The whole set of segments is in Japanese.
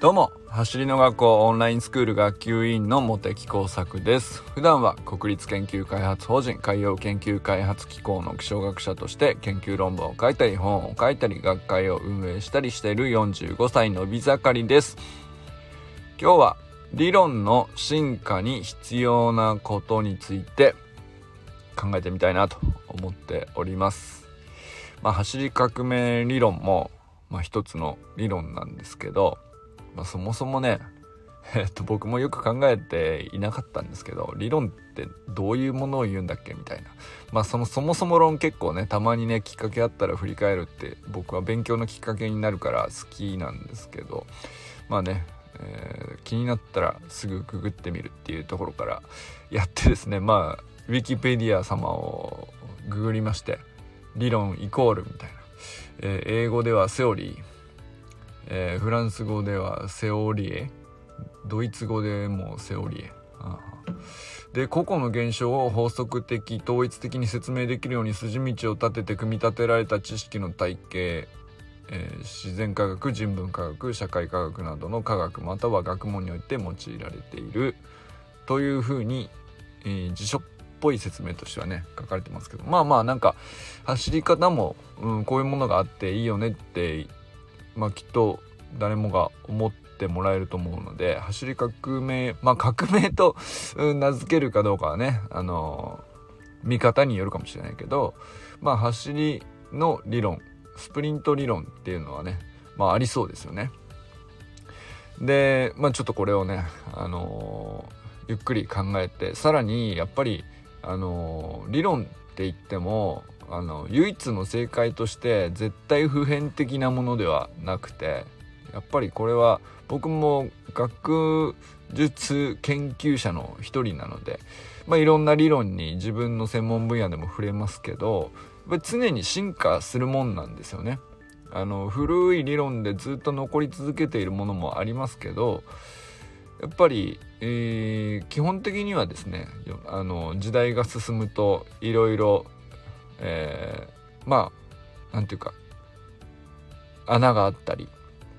どうも、走りの学校オンラインスクール学級委員の茂木耕作です。普段は国立研究開発法人海洋研究開発機構の気象学者として研究論文を書いたり本を書いたり学会を運営したりしている45歳のび盛りです。今日は理論の進化に必要なことについて考えてみたいなと思っております。走り革命理論も一つの理論なんですけど、そもそもね、僕もよく考えていなかったんですけど、理論ってどういうものを言うんだっけみたいな、そもそも論結構ね、たまにねきっかけあったら振り返るって僕は勉強のきっかけになるから好きなんですけど、気になったらすぐググってみるっていうところからやってですね、ウィキペディア様をググりまして、理論イコールみたいな、英語ではセオリー、フランス語ではセオリエ、ドイツ語でもセオリエで、個々の現象を法則的統一的に説明できるように筋道を立てて組み立てられた知識の体系、自然科学、人文科学、社会科学などの科学または学問において用いられているというふうに、辞書っぽい説明としてはね書かれてますけど、なんか走り方も、こういうものがあっていいよねってきっと誰もが思ってもらえると思うので、走り革命、革命と名付けるかどうかはね、見方によるかもしれないけど、走りの理論、スプリント理論っていうのはね、ありそうですよね。で、ちょっとこれをね、ゆっくり考えて、さらにやっぱり理論って言っても唯一の正解として絶対普遍的なものではなくて、やっぱりこれは僕も学術研究者の一人なので、いろんな理論に自分の専門分野でも触れますけど、やっぱり常に進化するもんなんですよね。古い理論でずっと残り続けているものもありますけど、やっぱり、基本的にはですね、時代が進むといろいろなんていうか穴があったり、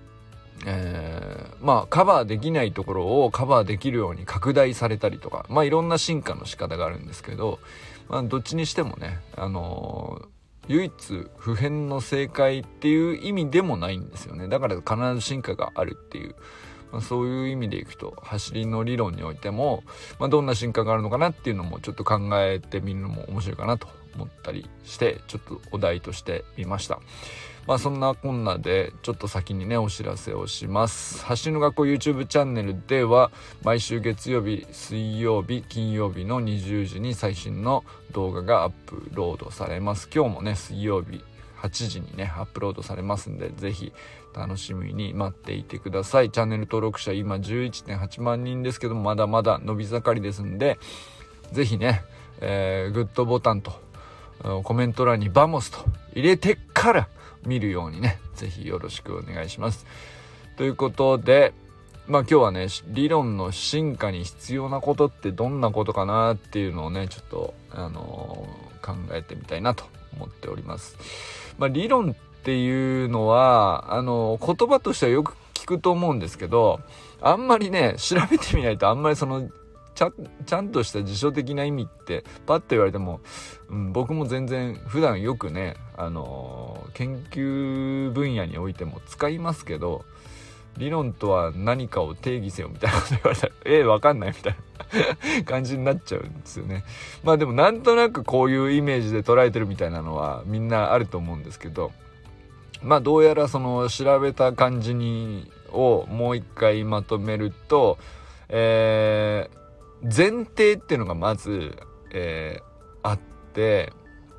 カバーできないところをカバーできるように拡大されたりとか、いろんな進化の仕方があるんですけど、どっちにしてもね、唯一不変の正解っていう意味でもないんですよね。だから必ず進化があるっていう、そういう意味でいくと走りの理論においても、どんな進化があるのかなっていうのもちょっと考えてみるのも面白いかなと思ったりして、ちょっとお題としてみました。そんなこんなでちょっと先にねお知らせをします。走りの学校 YouTube チャンネルでは毎週月曜日、水曜日、金曜日の20時に最新の動画がアップロードされます。今日もね水曜日8時にねアップロードされますんで、ぜひ楽しみに待っていてください。チャンネル登録者今 11.8 万人ですけども、まだまだ伸び盛りですんで、ぜひね、グッドボタンとコメント欄にバモスと入れてから見るようにね、ぜひよろしくお願いします。ということで、今日はね理論の進化に必要なことってどんなことかなっていうのをねちょっと考えてみたいなと思っております。理論っていうのは言葉としてはよく聞くと思うんですけど、あんまりね調べてみないとあんまりちゃんとした辞書的な意味ってパッと言われても、僕も全然普段よくね研究分野においても使いますけど、理論とは何かを定義せよみたいなこと言われたらわかんないみたいな感じになっちゃうんですよね。でもなんとなくこういうイメージで捉えてるみたいなのはみんなあると思うんですけど、どうやらその調べた感じをもう一回まとめると、前提っていうのがまず、あって、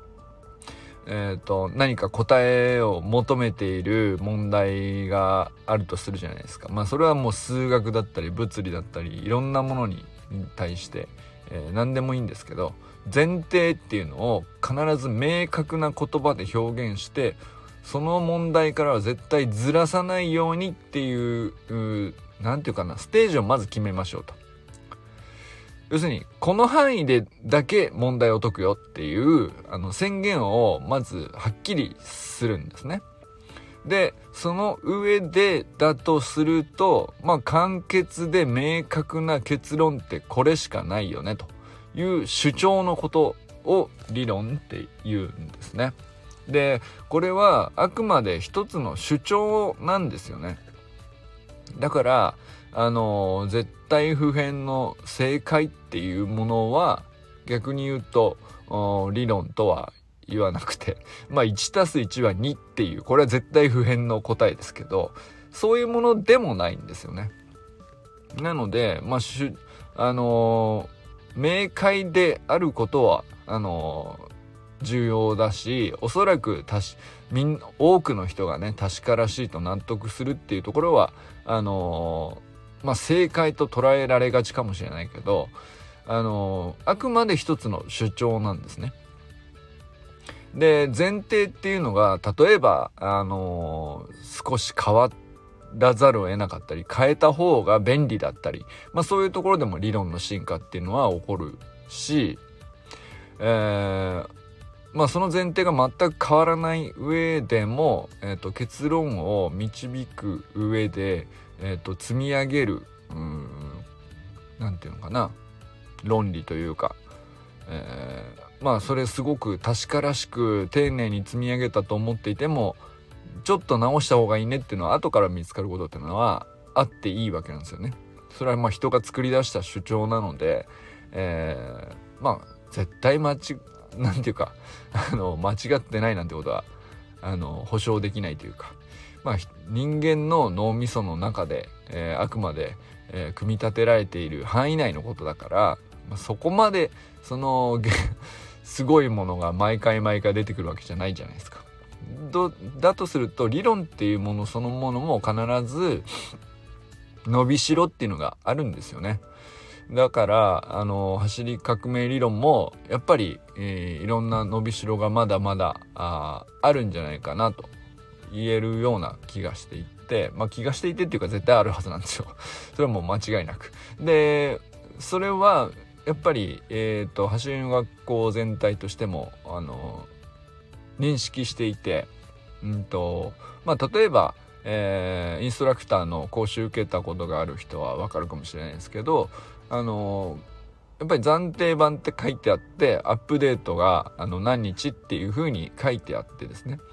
何か答えを求めている問題があるとするじゃないですか。それはもう数学だったり物理だったりいろんなものに対して、何でもいいんですけど、前提っていうのを必ず明確な言葉で表現して、その問題からは絶対ずらさないようにっていうなんていうかな、ステージをまず決めましょうと。要するにこの範囲でだけ問題を解くよっていう宣言をまずはっきりするんですね。 でその上でだとすると、簡潔で明確な結論ってこれしかないよねという主張のことを理論って言うんですね。でこれはあくまで一つの主張なんですよね。だから絶対不変の正解っていうものは逆に言うと理論とは言わなくて、1+1 は2っていう、これは絶対不変の答えですけど、そういうものでもないんですよね。なので、明快であることは重要だし、おそらく多くの人がね確からしいと納得するっていうところは正解と捉えられがちかもしれないけど、あくまで一つの主張なんですね。で前提っていうのが例えば少し変わらざるを得なかったり変えた方が便利だったり、そういうところでも理論の進化っていうのは起こるし、その前提が全く変わらない上でも、結論を導く上で、積み上げるなんていうのかな、論理というか、それすごく確からしく丁寧に積み上げたと思っていてもちょっと直した方がいいねっていうのは後から見つかることっていうのはあっていいわけなんですよね。それは人が作り出した主張なので、絶対なんていうか間違ってないなんてことは保証できないというか、人間の脳みその中で、あくまで、組み立てられている範囲内のことだから、そこまですごいものが毎回出てくるわけじゃないじゃないですか。だとすると理論っていうものそのものも必ず伸びしろっていうのがあるんですよね。だから走り革命理論もやっぱり、いろんな伸びしろがまだまだあるんじゃないかなと言えるような気がしていて、っていうか絶対あるはずなんですよ。それはもう間違いなく。でそれはやっぱり、走りの学校全体としても認識していて、例えば、インストラクターの講習受けたことがある人は分かるかもしれないですけど、やっぱり暫定版って書いてあってアップデートが何日っていう風に書いてあってですね、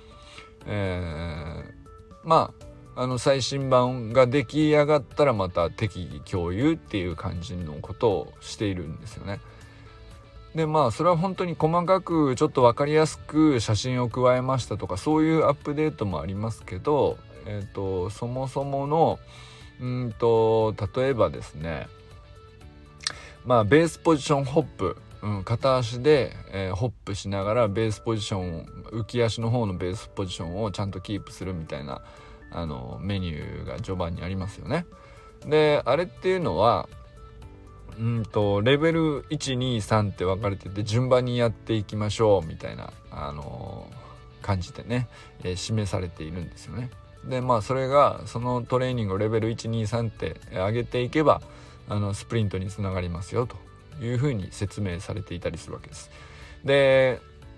最新版が出来上がったらまた適宜共有っていう感じのことをしているんですよね。でそれは本当に細かくちょっと分かりやすく写真を加えましたとかそういうアップデートもありますけど、そもそもの例えばですね、ベースポジションホップ、片足で、ホップしながらベースポジション浮き足の方のベースポジションをちゃんとキープするみたいなメニューが序盤にありますよね。であれっていうのはレベル 1,2,3 って分かれてて順番にやっていきましょうみたいな感じでね、示されているんですよね。でそれがそのトレーニングをレベル 1,2,3 って上げていけばスプリントにつながりますよというふうに説明されていたりするわけです。で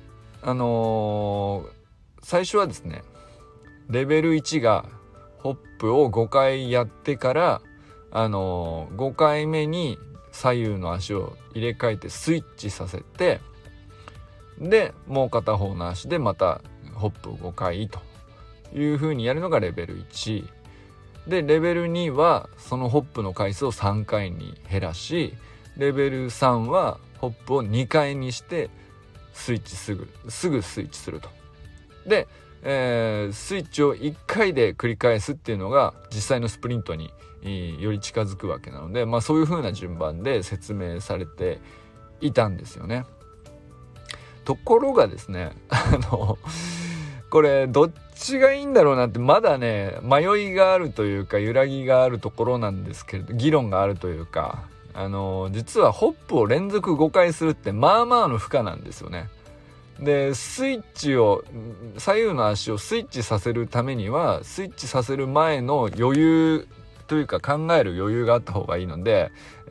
最初はですねレベル1がホップを5回やってから5回目に左右の足を入れ替えてスイッチさせて、でもう片方の足でまたホップを5回という風にやるのがレベル1で、レベル2はそのホップの回数を3回に減らし、レベル3はホップを2回にしてスイッチすぐスイッチすると。でスイッチを1回で繰り返すっていうのが実際のスプリントにより近づくわけなので、そういう風な順番で説明されていたんですよね。ところがですねこれどっちがいいんだろうなってまだね迷いがあるというか揺らぎがあるところなんですけれど、議論があるというか実はホップを連続5回するってまあまあの負荷なんですよね。でスイッチを左右の足をスイッチさせるためにはスイッチさせる前の余裕というか考える余裕があった方がいいので、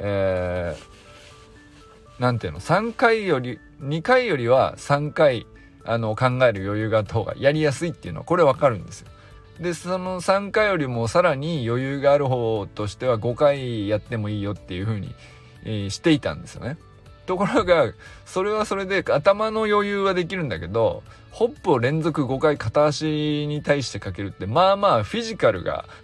なんていうの2回よりは3回考える余裕があった方がやりやすいっていうのはこれ分かるんですよ。 でその3回よりもさらに余裕がある方としては5回やってもいいよっていう風に、していたんですよね。ところがそれはそれで頭の余裕はできるんだけど、ホップを連続5回片足に対してかけるってまあまあフィジカルが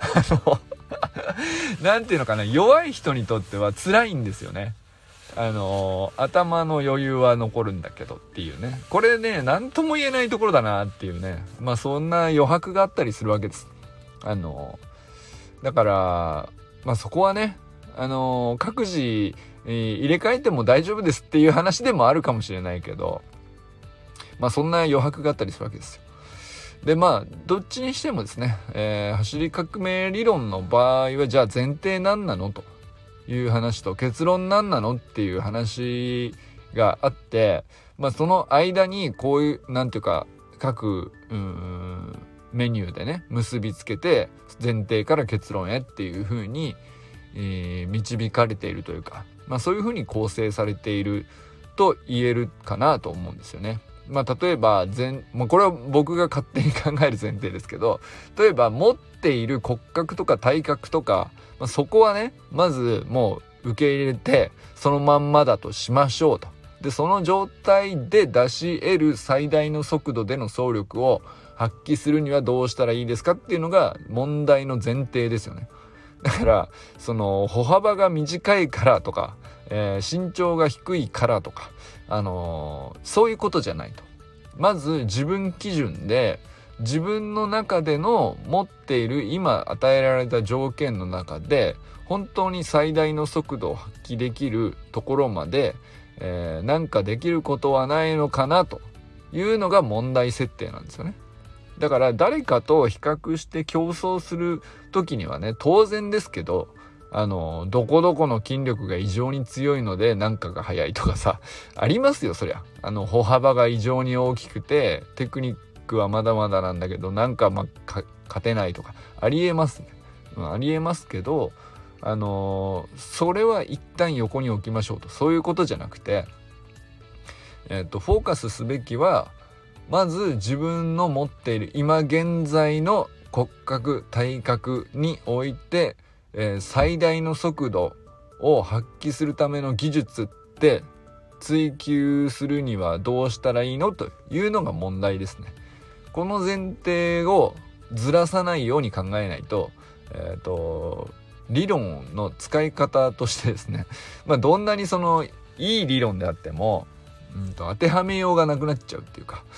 なんていうのかな、弱い人にとっては辛いんですよね。頭の余裕は残るんだけどっていうね、これね何とも言えないところだなっていうね、まあそんな余白があったりするわけです。だからまあそこはね各自、入れ替えても大丈夫ですっていう話でもあるかもしれないけど、まあそんな余白があったりするわけですよ。でまあどっちにしてもですね、走り革命理論の場合はじゃあ前提何なのという話と結論何なのっていう話があって、まあその間にこういうなんていうか各メニューでね結びつけて前提から結論へっていう風に、導かれているというか、まあそういう風に構成されていると言えるかなと思うんですよね。まあ例えばこれは僕が勝手に考える前提ですけど、例えば持っている骨格とか体格とか、まあ、そこはねまずもう受け入れてそのまんまだとしましょうと。でその状態で出し得る最大の速度での走力を発揮するにはどうしたらいいですかっていうのが問題の前提ですよね。だからその歩幅が短いからとか、身長が低いからとか、そういうことじゃないと。まず自分基準で自分の中での持っている今与えられた条件の中で本当に最大の速度を発揮できるところまで、なんかできることはないのかなというのが問題設定なんですよね。だから誰かと比較して競争する時にはね当然ですけど、どこどこの筋力が異常に強いのでなんかが速いとかさありますよ。そりゃ歩幅が異常に大きくてテクニックはまだまだなんだけどなんか勝てないとかありえますね、ありえますけどそれは一旦横に置きましょうと。そういうことじゃなくてフォーカスすべきはまず自分の持っている今現在の骨格体格において、最大の速度を発揮するための技術って追求するにはどうしたらいいのというのが問題ですね。この前提をずらさないように考えないと、理論の使い方としてですね、まあどんなにそのいい理論であっても当てはめようがなくなっちゃうっていうか、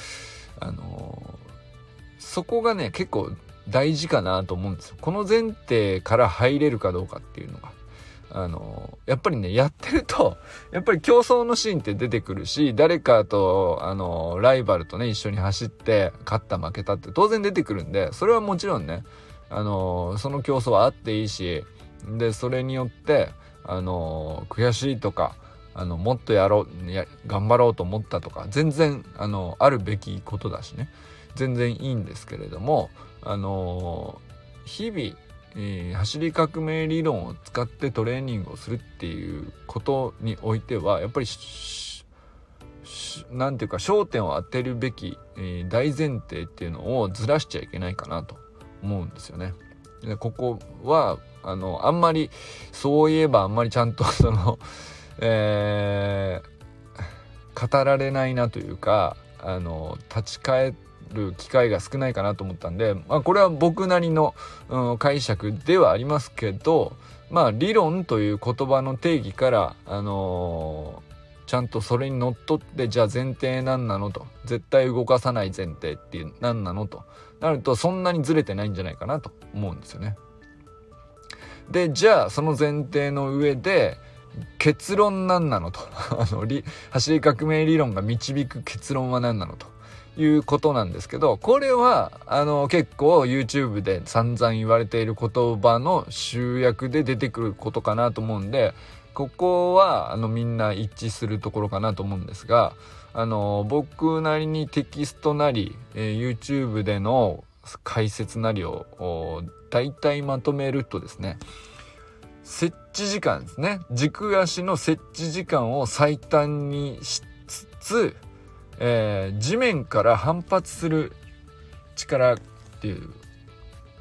そこがね結構大事かなと思うんですよ。この前提から入れるかどうかっていうのがやっぱりねやってるとやっぱり競争のシーンって出てくるし、誰かとライバルとね一緒に走って勝った負けたって当然出てくるんで、それはもちろんねその競争はあっていいし、でそれによって悔しいとかもっと頑張ろうと思ったとか全然あるべきことだしね、全然いいんですけれども、日々、走り革命理論を使ってトレーニングをするっていうことにおいてはやっぱりなんていうか焦点を当てるべき、大前提っていうのをずらしちゃいけないかなと思うんですよね。でここはあんまりそういえばあんまりちゃんと語られないなというか立ち返る機会が少ないかなと思ったんで、まあ、これは僕なりの、解釈ではありますけど、まあ理論という言葉の定義から、ちゃんとそれにのっとってじゃあ前提何なのと、絶対動かさない前提っていう何なのとなるとそんなにずれてないんじゃないかなと思うんですよね。でじゃあその前提の上で結論何なのと走り革命理論が導く結論は何なのということなんですけど、これは結構 YouTube で散々言われている言葉の集約で出てくることかなと思うんで、ここはみんな一致するところかなと思うんですが、僕なりにテキストなり、YouTube での解説なりを大体まとめるとですね、接地時間ですね、軸足の接地時間を最短にしつつ、地面から反発する力っていう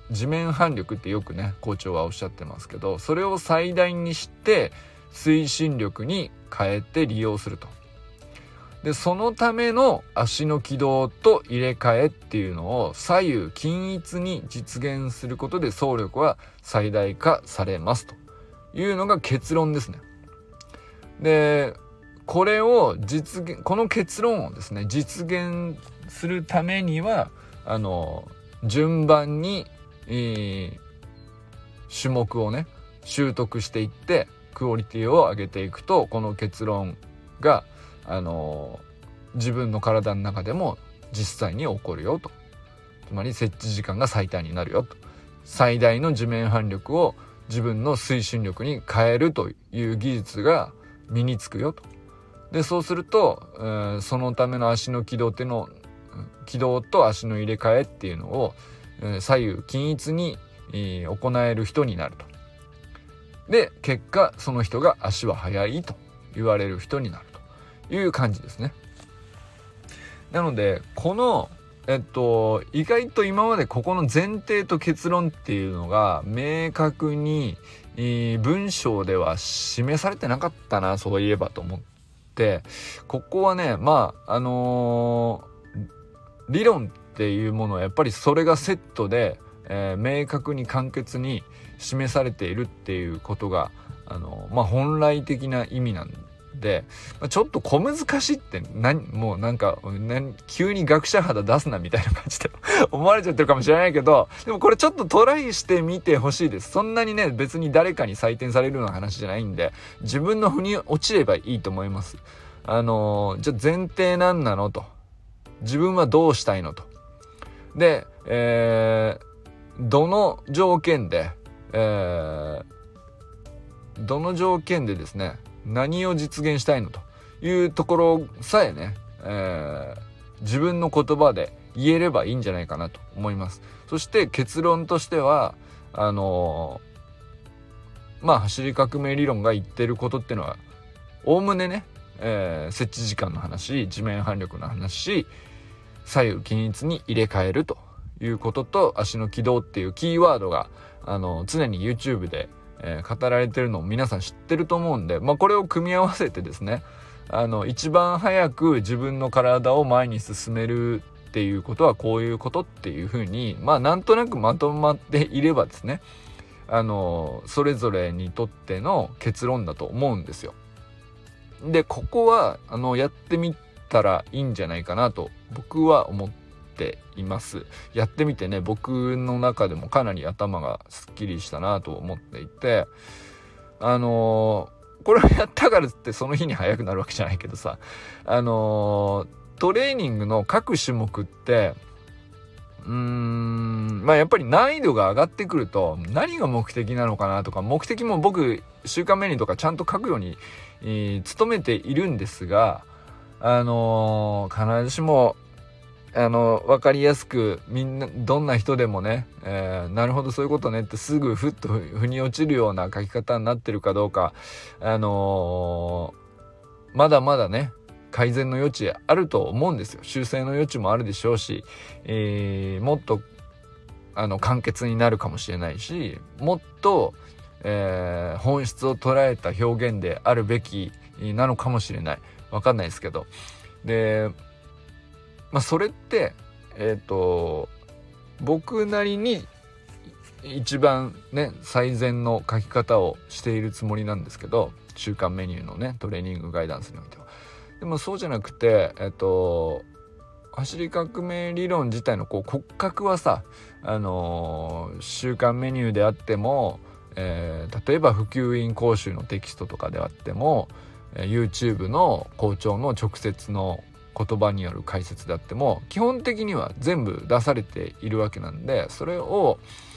地面反力ってよくね校長はおっしゃってますけど、それを最大にして推進力に変えて利用すると。でそのための足の軌道と入れ替えっていうのを左右均一に実現することで走力は最大化されますというのが結論ですね。でこの結論をですね実現するためには順番に、種目をね習得していってクオリティを上げていくと、この結論が自分の体の中でも実際に起こるよと。つまり接地時間が最短になるよと。最大の地面反力を自分の推進力に変えるという技術が身につくよと。でそうすると、そのための足の軌道っていうのを軌道と足の入れ替えっていうのを、左右均一に、行える人になると。で結果その人が足は速いと言われる人になるという感じですね。なのでこの意外と今までここの前提と結論っていうのが明確に、文章では示されてなかったな、そういえばと思って、ここはね理論っていうものはやっぱりそれがセットで、明確に簡潔に示されているっていうことが本来的な意味なんで、ちょっと小難しいってもうなんか急に学者肌出すなみたいな感じで思われちゃってるかもしれないけど、でもこれちょっとトライしてみてほしいです。そんなにね別に誰かに採点されるような話じゃないんで、自分の腑に落ちればいいと思います。じゃあ前提何なのと、自分はどうしたいのと、で、どの条件でですね何を実現したいのというところさえね、自分の言葉で言えればいいんじゃないかなと思います。そして結論としては走り革命理論が言ってることっていうのはおおむねね、接地時間の話、地面反力の話、左右均一に入れ替えるということと足の軌道っていうキーワードが常に YouTube で、語られてるのを皆さん知ってると思うんで、これを組み合わせてですね一番早く自分の体を前に進めるっていうことはこういうことっていうふうになんとなくまとまっていればですねそれぞれにとっての結論だと思うんですよ。でここはやってみたらいいんじゃないかなと僕は思っています。やってみてね僕の中でもかなり頭がすっきりしたなと思っていて、これをやったからってその日に速くなるわけじゃないけどさ、トレーニングの各種目ってやっぱり難易度が上がってくると何が目的なのかなとか、目的も僕習慣メニューとかちゃんと書くように、努めているんですが、必ずしも分かりやすくみんなどんな人でもね、なるほどそういうことねってすぐふっと腑に落ちるような書き方になってるかどうか、まだまだね改善の余地あると思うんですよ。修正の余地もあるでしょうし、もっと簡潔になるかもしれないし、もっと、本質を捉えた表現であるべきなのかもしれない。わかんないですけど、でそれって僕なりに一番ね最善の書き方をしているつもりなんですけど、習慣メニューのねトレーニングガイダンスにおいては。でもそうじゃなくて走り革命理論自体の骨格はさ、習慣メニューであっても、例えば普及員講習のテキストとかであっても、YouTube の校長の直接の言葉による解説であっても基本的には全部出されているわけなんで、それを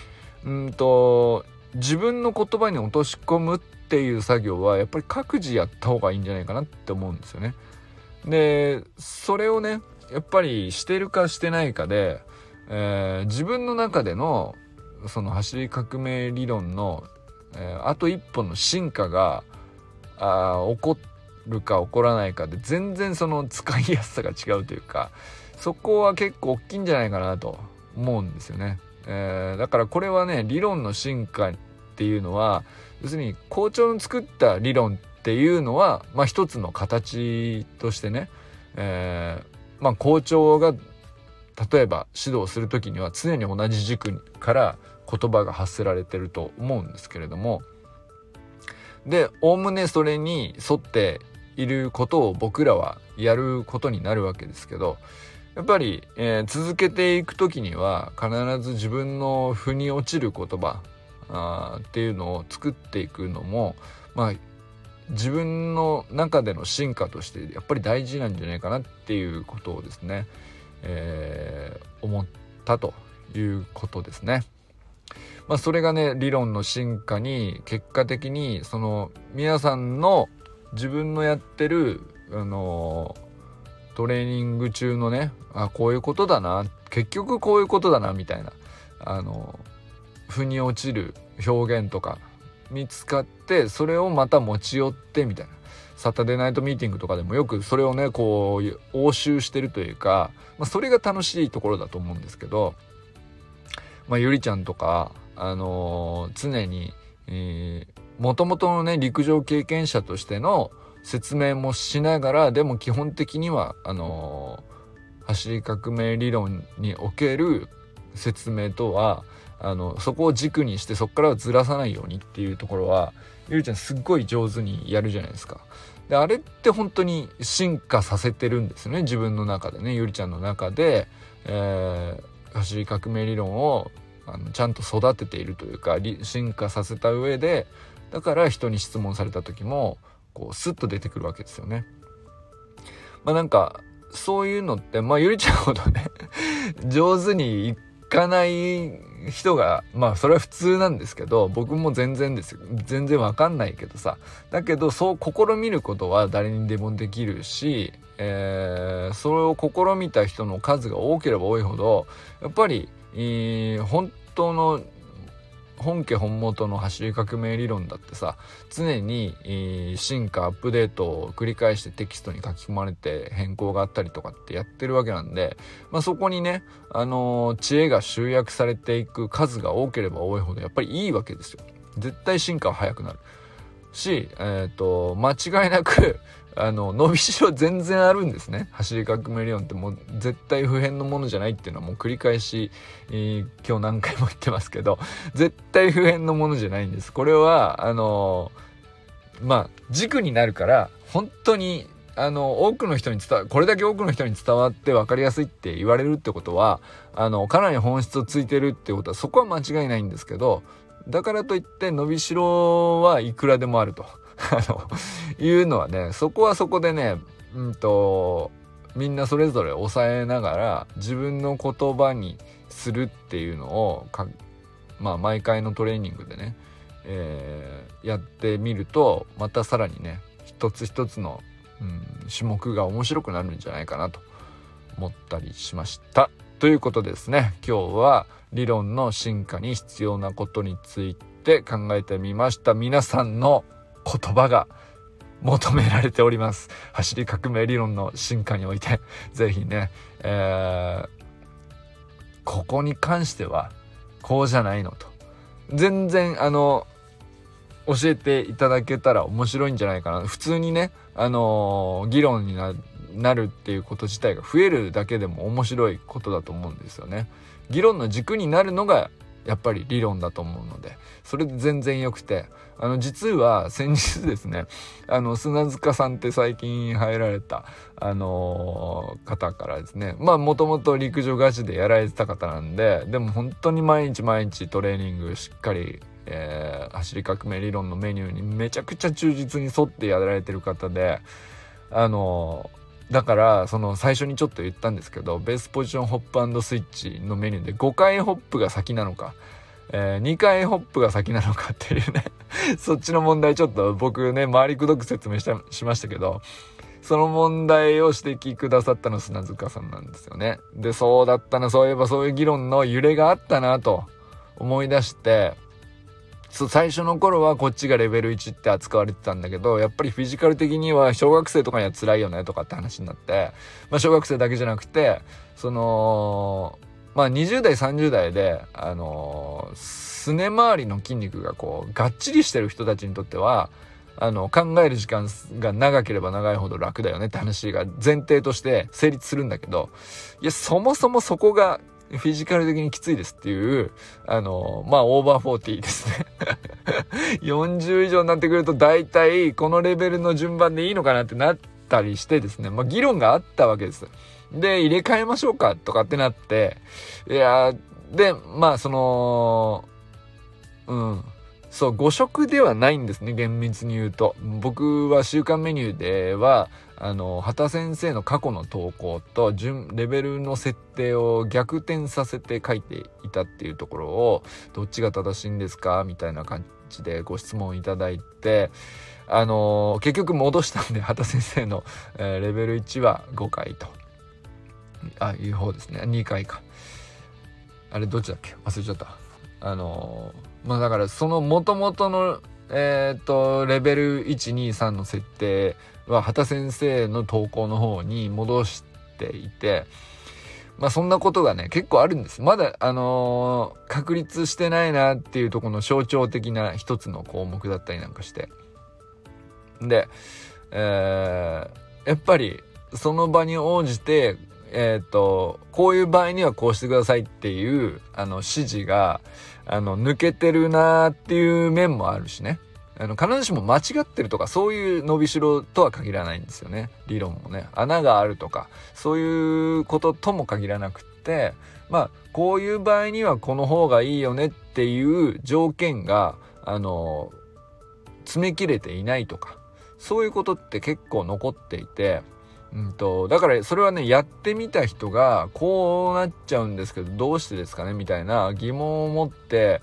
自分の言葉に落とし込むっていう作業はやっぱり各自やった方がいいんじゃないかなって思うんですよね。でそれをねやっぱりしてるかしてないかで、自分の中でのその走り革命理論の、あと一歩の進化が起こるか起こらないかで全然その使いやすさが違うというか、そこは結構大きいんじゃないかなと思うんですよね。だからこれはね、理論の進化っていうのは、要するに校長の作った理論っていうのは、一つの形としてね、校長が例えば指導する時には常に同じ軸から言葉が発せられてると思うんですけれども、でおおむねそれに沿っていることを僕らはやることになるわけですけど、やっぱり、続けていく時には必ず自分の腑に落ちる言葉っていうのを作っていくのも、自分の中での進化としてやっぱり大事なんじゃないかなっていうことをですね、思ったということですね。それがね、理論の進化に結果的にその皆さんの自分のやってるトレーニング中のね、こういうことだな、結局こういうことだなみたいな腑に落ちる表現とか見つかって、それをまた持ち寄ってみたいな、サタデーナイトミーティングとかでもよくそれをねこう応酬してるというか、それが楽しいところだと思うんですけど、ゆりちゃんとか常にもともとのね陸上経験者としての説明もしながら、でも基本的には走り革命理論における説明とはそこを軸にして、そこからはずらさないようにっていうところはゆりちゃんすっごい上手にやるじゃないですか。であれって本当に進化させてるんですよね、自分の中でね。ゆりちゃんの中で、走り革命理論をちゃんと育てているというか進化させた上で、だから人に質問された時もこうスッと出てくるわけですよね。なんかそういうのってゆりちゃんほどね上手にいかない人がそれは普通なんですけど、僕も全然ですよ、全然わかんないけどさ、だけどそう試みることは誰にでもできるし、それを試みた人の数が多ければ多いほどやっぱり本当の本家本元の走り革命理論だってさ、常に進化アップデートを繰り返してテキストに書き込まれて変更があったりとかってやってるわけなんで、そこにね知恵が集約されていく数が多ければ多いほどやっぱりいいわけですよ。絶対進化は早くなるし、間違いなく伸びしろ全然あるんですね。走り革命理論ってもう絶対不変のものじゃないっていうのはもう繰り返し、今日何回も言ってますけど、絶対不変のものじゃないんです。これは軸になるから本当に多くの人にこれだけ多くの人に伝わって分かりやすいって言われるってことはかなり本質をついてるってことは、そこは間違いないんですけど、だからといって伸びしろはいくらでもあるというのはね、そこはそこでね、みんなそれぞれ抑えながら自分の言葉にするっていうのを毎回のトレーニングでね、やってみるとまたさらにね一つ一つの、種目が面白くなるんじゃないかなと思ったりしました。ということでですね、今日は理論の進化に必要なことについて考えてみました。皆さんの言葉が求められております。走り革命理論の進化においてぜひね、ここに関してはこうじゃないのと全然教えていただけたら面白いんじゃないかな。普通にね議論になるっていうこと自体が増えるだけでも面白いことだと思うんですよね。議論の軸になるのがやっぱり理論だと思うので、それで全然よくて、実は先日ですね砂塚さんって最近入られた方からですね、もともと陸上ガチでやられてた方なんで、でも本当に毎日毎日トレーニングしっかり、走り革命理論のメニューにめちゃくちゃ忠実に沿ってやられてる方で、だからその最初にちょっと言ったんですけど、ベースポジションホップ&スイッチのメニューで5回ホップが先なのか、2回ホップが先なのかっていうねそっちの問題ちょっと僕ね回りくどく説明しましたけど、その問題を指摘くださったの砂塚さんなんですよね。で、そうだったな、そういえばそういう議論の揺れがあったなと思い出して、最初の頃はこっちがレベル1って扱われてたんだけど、やっぱりフィジカル的には小学生とかには辛いよねとかって話になって、小学生だけじゃなくてその 20代30代ですね周りの筋肉がこうがっちりしてる人たちにとっては考える時間が長ければ長いほど楽だよねって話が前提として成立するんだけど、いやそもそもそこがフィジカル的にきついですっていうオーバー40ですね40以上になってくると大体このレベルの順番でいいのかなってなったりしてですね、議論があったわけです。で入れ替えましょうかとかってなって、いやでそう5食ではないんですね、厳密に言うと。僕は週間メニューでは畑先生の過去の投稿とレベルの設定を逆転させて書いていたっていうところを、どっちが正しいんですかみたいな感じでご質問いただいて、結局戻したんで、畑先生の、レベル1は5回という方ですね。2回か、あれどっちだっけ忘れちゃった。だからその元々のレベル 1,2,3 の設定は畑先生の投稿の方に戻していて、そんなことがね結構あるんです。まだ確立してないなっていうところの象徴的な一つの項目だったりなんかして、で、やっぱりその場に応じてこういう場合にはこうしてくださいっていう指示が抜けてるなっていう面もあるしね、必ずしも間違ってるとかそういう伸びしろとは限らないんですよね。理論もね、穴があるとかそういうこととも限らなくって、こういう場合にはこの方がいいよねっていう条件が詰め切れていないとか、そういうことって結構残っていて、だからそれはね、やってみた人がこうなっちゃうんですけどどうしてですかねみたいな疑問を持って、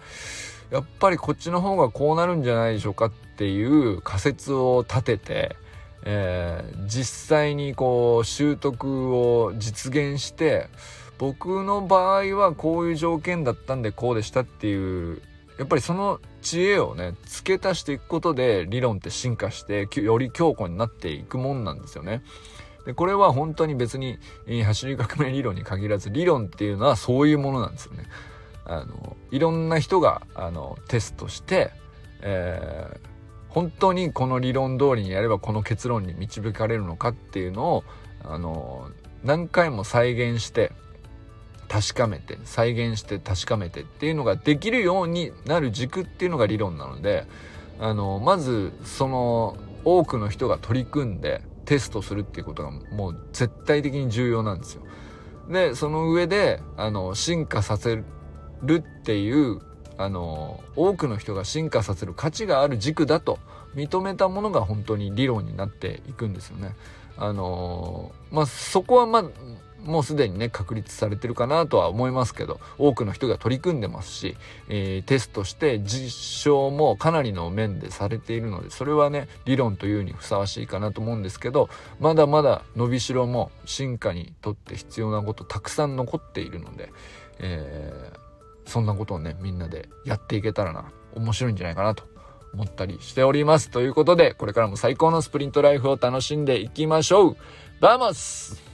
やっぱりこっちの方がこうなるんじゃないでしょうかっていう仮説を立てて、実際にこう習得を実現して、僕の場合はこういう条件だったんでこうでしたっていう、やっぱりその知恵をね付け足していくことで理論って進化してより強固になっていくもんなんですよね。でこれは本当に別に走り革命理論に限らず、理論っていうのはそういうものなんですよね。いろんな人がテストして、本当にこの理論通りにやればこの結論に導かれるのかっていうのを何回も再現して確かめてっていうのができるようになる軸っていうのが理論なので、まずその多くの人が取り組んでテストするっていうことがもう絶対的に重要なんですよ。でその上で進化させるっていう多くの人が進化させる価値がある軸だと認めたものが本当に理論になっていくんですよね。そこはもうすでにね確立されてるかなとは思いますけど、多くの人が取り組んでますし、テストして実証もかなりの面でされているので、それはね理論というにふさわしいかなと思うんですけど、まだまだ伸びしろも進化にとって必要なことたくさん残っているので、そんなことをねみんなでやっていけたら面白いんじゃないかなと思ったりしております。ということでこれからも最高のスプリントライフを楽しんでいきましょう。バモス。